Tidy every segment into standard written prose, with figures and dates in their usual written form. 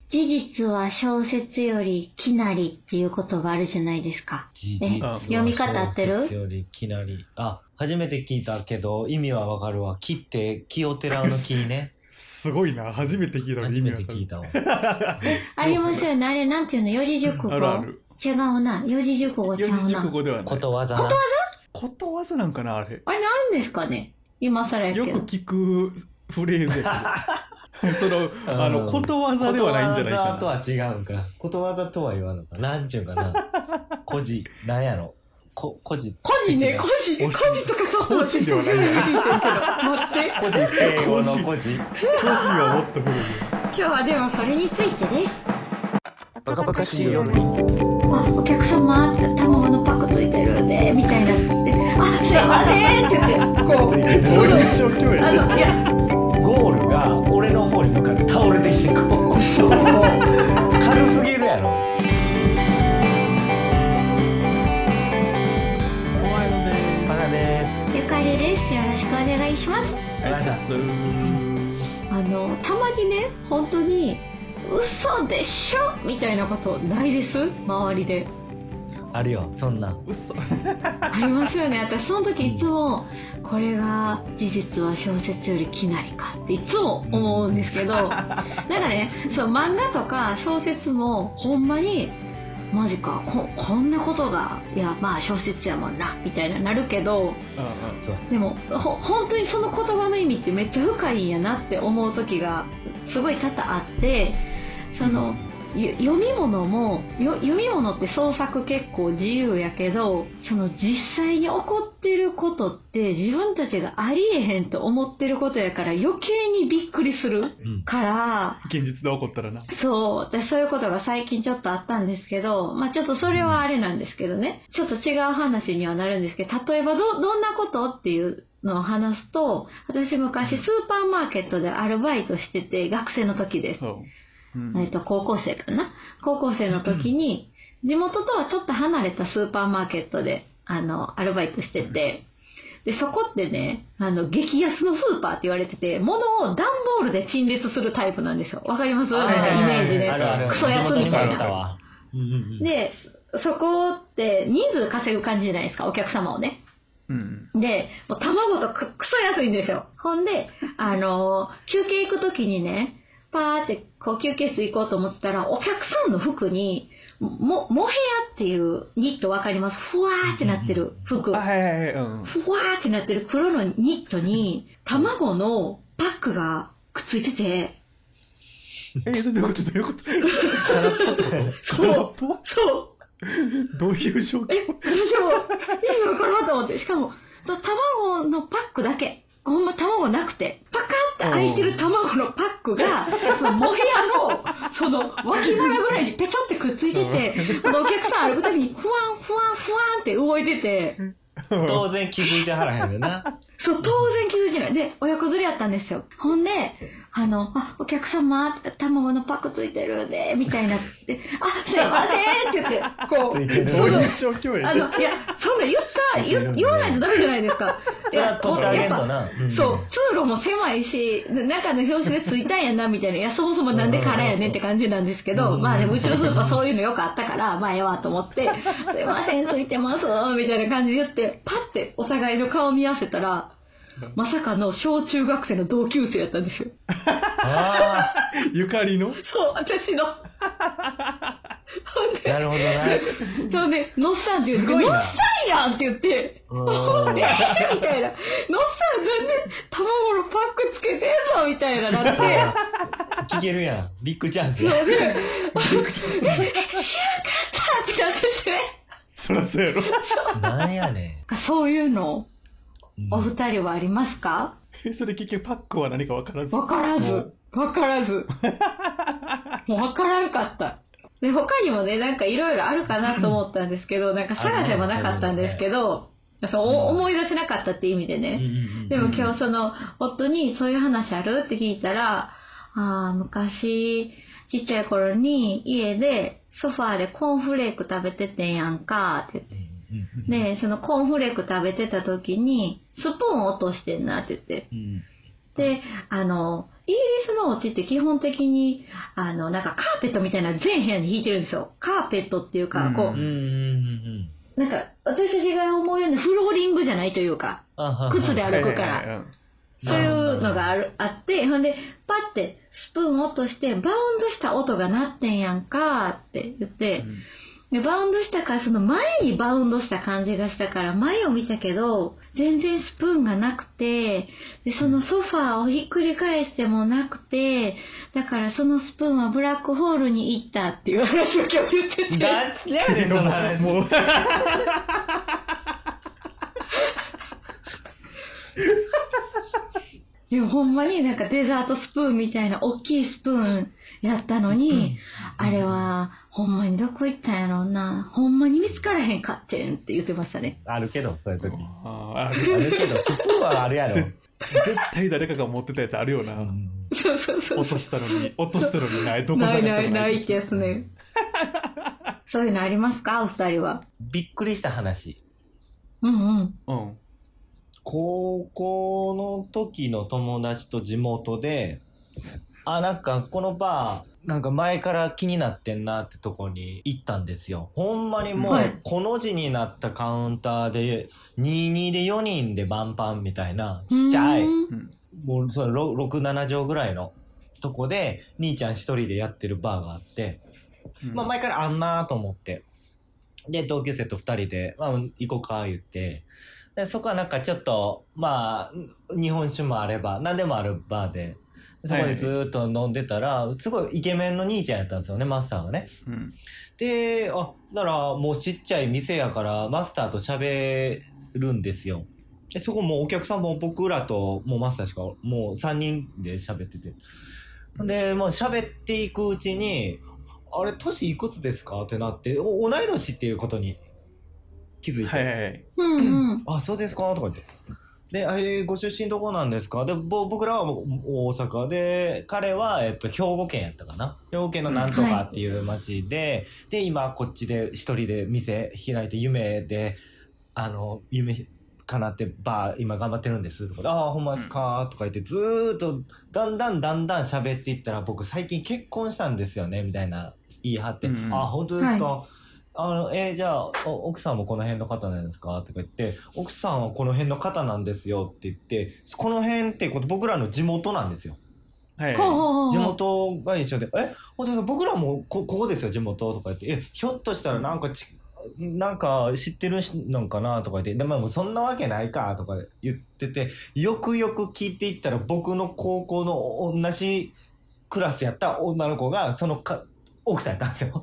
事実は小説よりきなりっていう言葉あるじゃないですか。読み方合ってる？ 小説よりきなり。あ、初めて聞いたけど、意味はわかるわ。木って、木をてらうの木ね。 すごいな。初めて聞いたのに意味わかる。 初めて聞いたわ。 ありますよね。あれ、なんていうの？四字熟語。 あるある。 違うな。四字熟語ちゃうな。 四字熟語ではない。 ことわざな。 ことわざなんかな、あれ。 あれ、なんですかね？今更やけど。 よく聞くフレーズやけど。ことわざではないんじゃないかな。 ことわざとは違うんか。ことわざとは言わんのか。なんちゅうかな。古事、なんやろ。古事。 古事ね、古事とかそう。 古事ではないんやね。 待って。 古事、西洋の古事。 古事はもっと古いよ。 今日はでもそれについてです。 バカバカしいよ。 お客様って卵のパックついてるんでみたいなって、あ、すいませんって言ってこう、 どういう状況やねん。 いやゴールが俺の方に向かって倒れてきてこう軽すぎるやろ。 おはようです。 バカです。 ゆかりです。よろしくお願いします。 お願いします。 たまにね、本当に嘘でしょみたいなことないです？周りであるよ、そんな嘘ありますよね。私その時いつもこれが事実は小説よりきなりかっていつも思うんですけどなんかね、そう漫画とか小説もほんまにマジか こんなことがいやまあ小説やもんなみたいななるけどでも本当にその言葉の意味ってめっちゃ深いんやなって思う時がすごい多々あって、その読み物って創作結構自由やけど、その実際に起こってることって自分たちがありえへんと思ってることやから余計にびっくりするから、 現実で起こったらな。 そういうことが最近ちょっとあったんですけど、まあちょっとそれはあれなんですけどね、ちょっと違う話にはなるんですけど、例えばどんなことっていうのを話すと、私昔スーパーマーケットでアルバイトしてて、学生の時です。高校生かな。高校生の時に地元とはちょっと離れたスーパーマーケットでアルバイトしてて、でそこってね、激安のスーパーって言われてて、物を段ボールで陳列するタイプなんですよ。わかります？なんかイメージでクソ安みたいな。でそこって人数稼ぐ感じじゃないですか、お客様をね。でもう卵とクソ安いんですよ。ほんで休憩行く時にね、パーってこう休憩室行こうと思ってたら、お客さんの服にモヘアっていうニットわかります？ふわーってなってる服、ふわーってなってる黒のニットに卵のパックがくっついてて、 どういうこと空っぽそうどういう状況？ 私も意味わからんと思って、しかも卵のパックだけ、ほんま卵なくて、パカンって開いてる卵のパックが、そのモヘアの、その脇腹ぐらいにペチョってくっついてて、お客さん歩くたびにふわんふわんふわんって動いてて。 当然気づいてはらへんよな。 そう、当然気づいてない。で、親子連れやったんですよ。ほんで、お客様、卵のパックついてるんで、みたいなって、すいませんって言って、こう、 どういう状況やねん。 いや、そんな言わないとダメじゃないですか。 いや、取ってあげんとな。 そう、通路も狭いし、中の表紙でついたんやな、みたいな。いや、そもそもなんで空やねんって感じなんですけど、まあでもうちのスーパーそういうのよくあったから、まあええわと思って、すいません、ついてます、みたいな感じで言って、パッてお互いの顔見合わせたら、まさかの小中学生の同級生やったんですよ。 ゆかりの？ そう、私の。 なるほどな。 そうね、のっさんって言って、のっさんやんって言って、みたいな。のっさん全然卵のパックつけてんぞみたいななって。 聞けるやん。ビッグチャンスや。 そうで、ビッグチャンス。知らんかったってなってね。 そらそうやろ。 なんやねん。 そういうの、お二人はありますか？ それ結局パックは何か分からず。 もう分からんかった。で、他にもね、なんかいろいろあるかなと思ったんですけど、なんか探せばなかったんですけど、思い出せなかったって意味でね。でも今日夫にそういう話あるって聞いたら、昔、ちっちゃい頃に家でソファーでコーンフレーク食べててんやんかって言って。で、そのコーンフレーク食べてた時に、スプーンを落としてんなって言って。で、 イギリスのお家って基本的に、なんかカーペットみたいな全部屋に引いてるんですよ。カーペットっていうか、こう、なんか、私たちが思うようなフローリングじゃないというか、靴で歩くから、そういうのがあって、ほんで、パッてスプーンを落として、バウンドした音が鳴ってんやんかって言って、でバウンドしたから、その前にバウンドした感じがしたから、前を見たけど、全然スプーンがなくて、で、そのソファーをひっくり返してもなくて、だからそのスプーンはブラックホールに行ったっていう話を今日言ってて。 なんでやねん、その話。もうでもほんまになんかデザートスプーンみたいな大きいスプーンやったのに、あれはほんまにどこ行ったんやろうな、ほんまに見つからへんかってんって言ってましたね。 あるけど、そういう時。あるけど、スプーンはあるやろ。 絶対誰かが持ってたやつあるよな。落としたのにない。どこ探したのないってやつね。そういうのありますか、お二人は。 びっくりした話。 うん。 高校の時の友達と地元で、なんかこのバー、なんか前から気になってんなってとこに行ったんですよ。ほんまにもう、この字になったカウンターで、22で4人でバンパンみたいな、ちっちゃい、もうそれ6、7畳ぐらいのとこで、兄ちゃん一人でやってるバーがあって、まあ前からあんなと思って。で、同級生と2人で、行こうか言って、でそこはなんかちょっと、まあ、日本酒もあれば、何でもあるバーで、そこでずーっと飲んでたら、すごいイケメンの兄ちゃんやったんですよね、マスターがね。で、だからもうちっちゃい店やから、マスターと喋るんですよ。で、そこもうお客さんも僕らともうマスターしか、もう3人で喋ってて。で、もう喋っていくうちに、あれ、年いくつですかってなって、同い年っていうことに気づいて。あ、そうですかとか言って。で、ご出身どこなんですか？で、僕らは大阪で、彼は、兵庫県やったかな。兵庫県のなんとかっていう町で、で、今こっちで一人で店開いて夢で、夢叶ってバー今頑張ってるんですとかで、ほんまですかとか言って、ずーっとだんだん喋っていったら、僕最近結婚したんですよね、みたいな言い張って、本当ですか？じゃあ、奥さんもこの辺の方なんですかとか言って、奥さんはこの辺の方なんですよって言って、この辺って僕らの地元なんですよ。地元が一緒で、本当ですか？僕らもここですよ、地元とか言って、ひょっとしたらなんか知ってるのかなとか言って、でもそんなわけないかとか言ってて、よくよく聞いていったら、僕の高校の同じクラスやった女の子が、奥さんやったんですよ。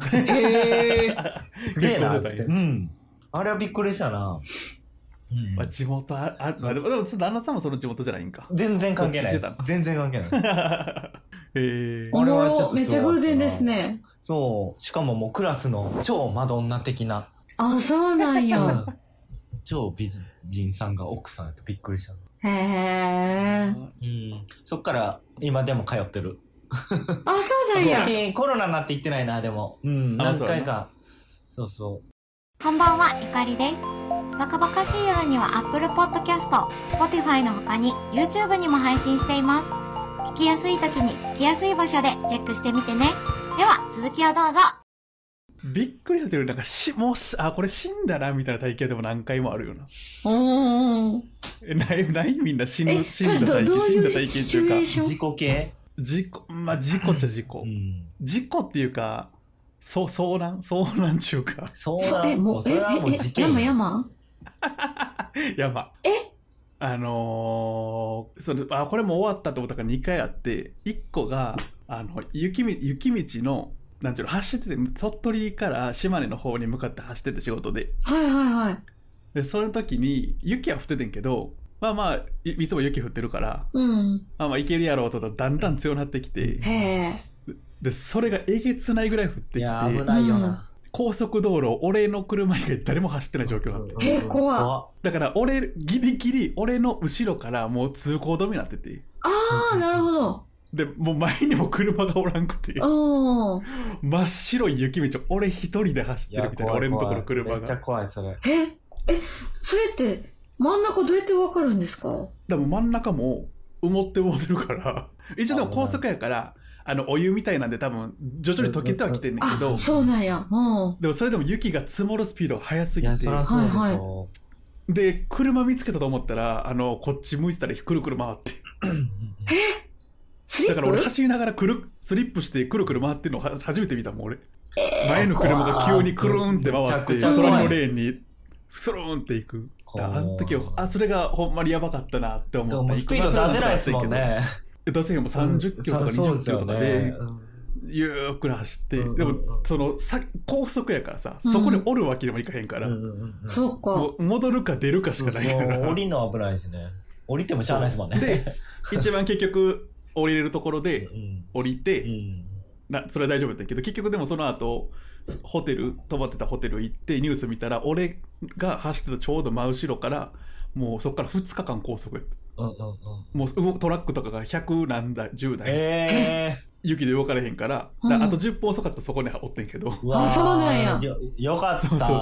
すげえなっつって。あれはびっくりしたな。 地元でも旦那さんもその地元じゃないんか。 全然関係ないです。全然関係ない。あれはちょっとめっちゃ偶然ですね。 そう。しかももうクラスの超マドンナ的な。 そうなんや。 超美人さんが奥さんやとびっくりした。そっから今でも通ってる。 そうなんや。 最近コロナになって行ってないな、でも。何回か。そうそう。 こんばんは、ゆかりです。バカバカしい夜には Apple Podcast、Spotify の他に YouTube にも配信しています。聞きやすい時に聞きやすい場所でチェックしてみてね。では、続きをどうぞ。 びっくりしたというより、なんかこれ死んだなみたいな体験でも何回もあるよな。ないみんな死んだ体験中か。 事故系？ 事故っちゃ事故。事故っていうか、遭難中か。 遭難？もうそれはもう事件。 山これも終わったと思ったから2回あって、1個が雪道のなんていうの、走ってて、鳥取から島根の方に向かって走ってて、仕事で。でその時に雪は降っててんけど、いつも雪降ってるから、いけるやろうとだんだん強くなってきて、でそれがえげつないぐらい降ってきて、 いや危ないよな。 高速道路、俺の車以外誰も走ってない状況だった。 怖だからギリギリ俺の後ろからもう通行止めになってて。 なるほど。 でもう前にも車がおらんくて、真っ白い雪道俺一人で走ってるみたいな。俺のところ車がめっちゃ怖い。それそれって真ん中どうやって分かるんですか？ でも真ん中も埋もってるから一応でも高速やからお湯みたいなんで多分徐々に溶けてはきてんねんけど、 そうなんや。 でもそれでも雪が積もるスピードが速すぎて、 いやそりゃそうでしょ、 で車見つけたと思ったらこっち向いてたらくるくる回ってだから俺走りながらスリップしてくるくる回ってるの初めて見たもん俺。前の車が急にくるんって回って隣のレーンにスルーンっていく。あの時それがほんまにやばかったなって思った。 でもスピード出せないですもんね。 出せへんも30キロとか20キロとかでゆっくり走って、でも高速やからさ、そこで降るわけにもいかへんから、 そうか、 戻るか出るかしかないから、 降りるの危ないですね。降りてもしゃあないですもんね。 で一番結局降りれるところで降りて、それは大丈夫だったけど、結局でもその後泊まってたホテル行ってニュース見たら、俺が走ってたちょうど真後ろからもうそこから2日間高速やった。もうトラックとかが100何台10台、雪で動かれへんから、あと10分遅かったらそこにおってんけど、 そうなんや。 よかった。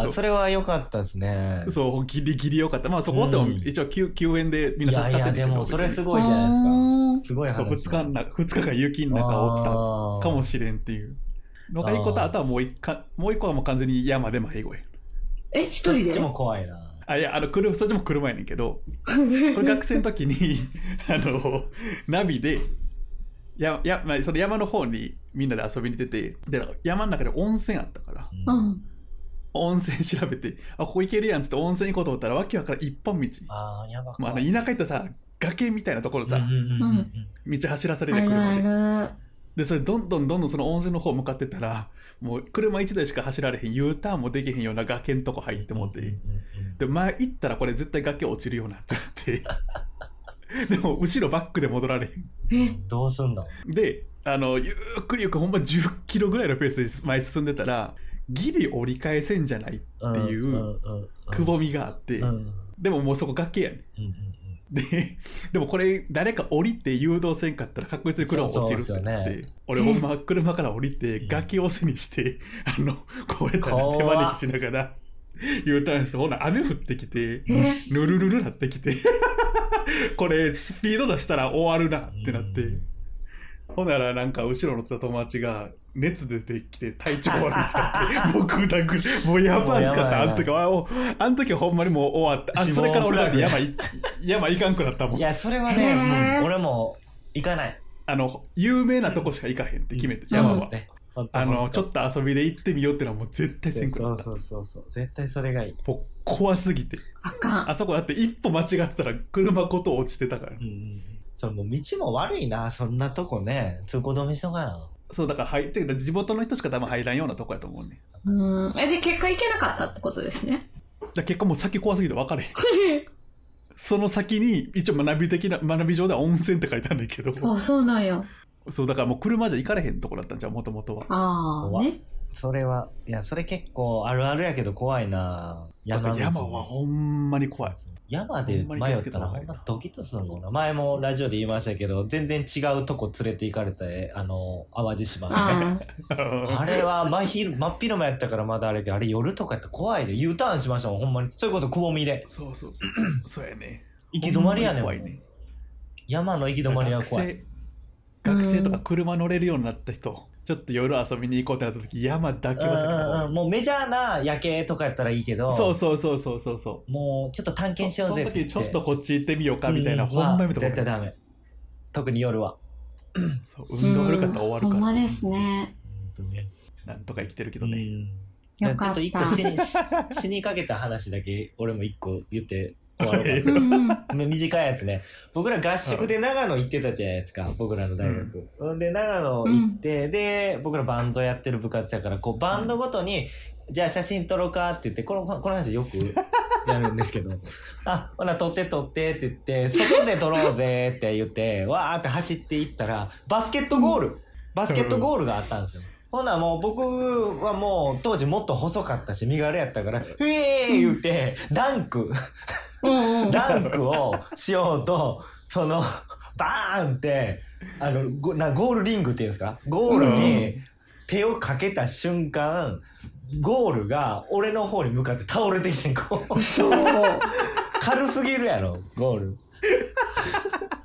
それはよかったですね。 そうギリギリよかった。まあそこでも一応救援でみんな助かってんけど、 でもそれすごいじゃないですか。すごい話。 そう2日間雪の中おったかもしれんっていうのがいいこと。あとはもう一個はもう完全に山で迷子や。 一人で？ そっちも怖いな。 いやそっちも車やねんけど、これ学生の時にナビでその山の方にみんなで遊びに出て、で山の中で温泉あったから、温泉調べて、ここ行けるやんっつって温泉行こうと思ったら、わけわからん一本道、 やば田舎行ったさ崖みたいなところさ、道走らされる車で、それどんどんその温泉の方向かってったら、もう車1台しか走られへん、 U ターンもできへんような崖のとこ入ってもって、で前行ったらこれ絶対崖落ちるようなってでも後ろバックで戻られへん。 どうすんだ。 でゆっくりほんま10キロぐらいのペースで前進んでたら、ギリ折り返せんじゃないっていうくぼみがあって、でももうそこ崖やねん。でもこれ誰か降りて誘導せんかったら確実に車落ちるってなって、俺ほんま車から降りて崖を背にしてこうやったら手招きしながら U ターンして、ほな雨降ってきてぬるるるなってきてこれスピード出したら終わるなってなって、ほんならなんか後ろ乗ってた友達が熱出てきて体調悪いってなって僕だけもうやばいっすかった。あの時ほんまにもう終わった。それから俺だって山行かんくなったもん。 いやそれはね、俺も行かない。 有名なとこしか行かへんって決めて、山はちょっと遊びで行ってみようってのはもう絶対せんくなった。 そう絶対それがいい。 もう怖すぎて、あそこだって一歩間違ってたら車ごと落ちてたから、 それもう道も悪いな、そんなとこね、通行止めしとかな。 そうだから入って地元の人しか多分入らんようなとこやと思うね。 で結果行けなかったってことですね。 じゃあ結果もう先怖すぎて分かれへんその先に一応学び上では温泉って書いてあるんだけど、 そうなんや。 そうだからもう車じゃ行かれへんところだったんじゃん、もともとは。 ね。 それはいやそれ結構あるあるやけど怖いな。 山はほんまに怖い。 山で迷ったらほんまドキッとするもんな。前もラジオで言いましたけど、全然違うとこ連れて行かれて、淡路島ねあれは真っ昼間やったからまだあれけど、あれ夜とかやったら怖いで U ターンしましたもん、ほんまに。それこそくぼみで。 そうやね。 行き止まりやねん。 怖いね。 山の行き止まりは怖い。 学生とか車乗れるようになった人、ちょっと夜遊びに行こうってなった時、山だけはもうメジャーな夜景とかやったらいいけど、そうもうちょっと探検しようぜって言って、 その時ちょっとこっち行ってみようかみたいな、ほんまやめとこう。 絶対ダメ。特に夜は運動悪かったら終わるから。 ほんまですね。 なんとか生きてるけどね。 ちょっと一個死にかけた話だけ俺も一個言って終わろうか短いやつね。僕ら合宿で長野行ってたじゃないですか、僕らの大学、で長野行って、で僕らバンドやってる部活やから、こうバンドごとにじゃあ写真撮ろうかって言って、この話よくやるんですけどほな撮ってって言って、外で撮ろうぜって言ってわーって走っていったらバスケットゴールがあったんですよ。ほなもう僕はもう当時もっと細かったし身軽やったから言ってダンクをしようと、バーンってゴールリングっていうんですか、ゴールに手をかけた瞬間、ゴールが俺の方に向かって倒れてきて、こう軽すぎるやろゴール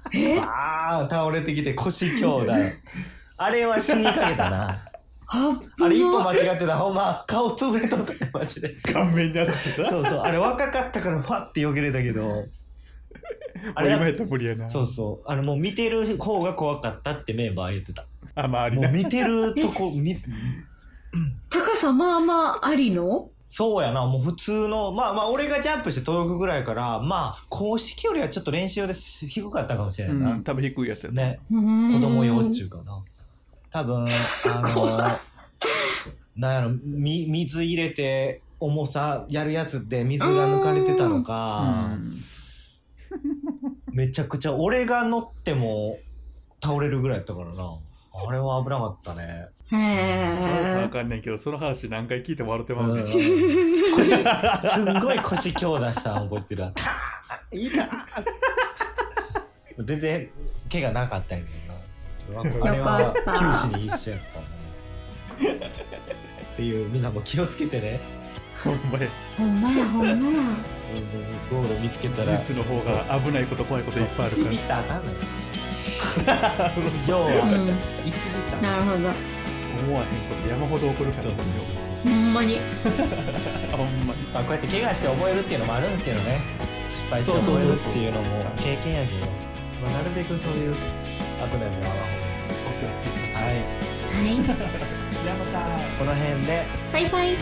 倒れてきて腰強打。あれは死にかけたな。あれ一歩間違ってた。ほんま、顔潰れとったね、マジで。 顔面に当たってた。 そうそう。あれ若かったからファって避けれたけど。 あれ今やったら無理やな。 そうそう。もう見てる方が怖かったってメンバー言ってた。 周りもう見てるとこ、 高さまあまあありの？ そうやな。もう普通の、まあ俺がジャンプして遠くぐらいから、まあ公式よりはちょっと練習で低かったかもしれないな。 多分低いやつやね。子供用っちゅうかな。多分、なんやろ、水入れて重さやるやつで水が抜かれてたのか、めちゃくちゃ俺が乗っても倒れるぐらいやったからな。あれは危なかったね。 そうかわかんないけど、その話何回聞いても笑ってまうね。 すんごい腰強打したの覚えてるわ。いいか全然怪我なかったんやけどな。あれは九死に一緒やったな。っていう、みんなも気をつけてね。 ほんまや。 ほんまやほんまや。 ゴール見つけたら。 技術の方が危ないこと怖いこといっぱいあるから。 1リッターなんだよ。要は1リッター。 なるほど。 思わへんこと山ほど起こるから。 ほんまに。 ほんまに。 こうやって怪我して覚えるっていうのもあるんですけどね。失敗して覚えるっていうのも経験やけど、なるべくそういう危ない目はお気をつけてください。 はい。 じゃあまたこの辺でバイバイ。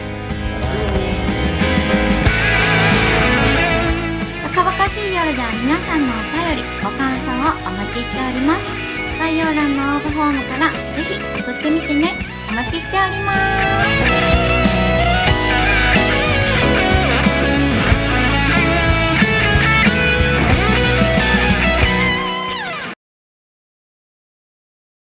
バカバカしい夜では皆さんのお便り、ご感想をお待ちしております。概要欄の応募フォームからぜひ送ってみてね。お待ちしております。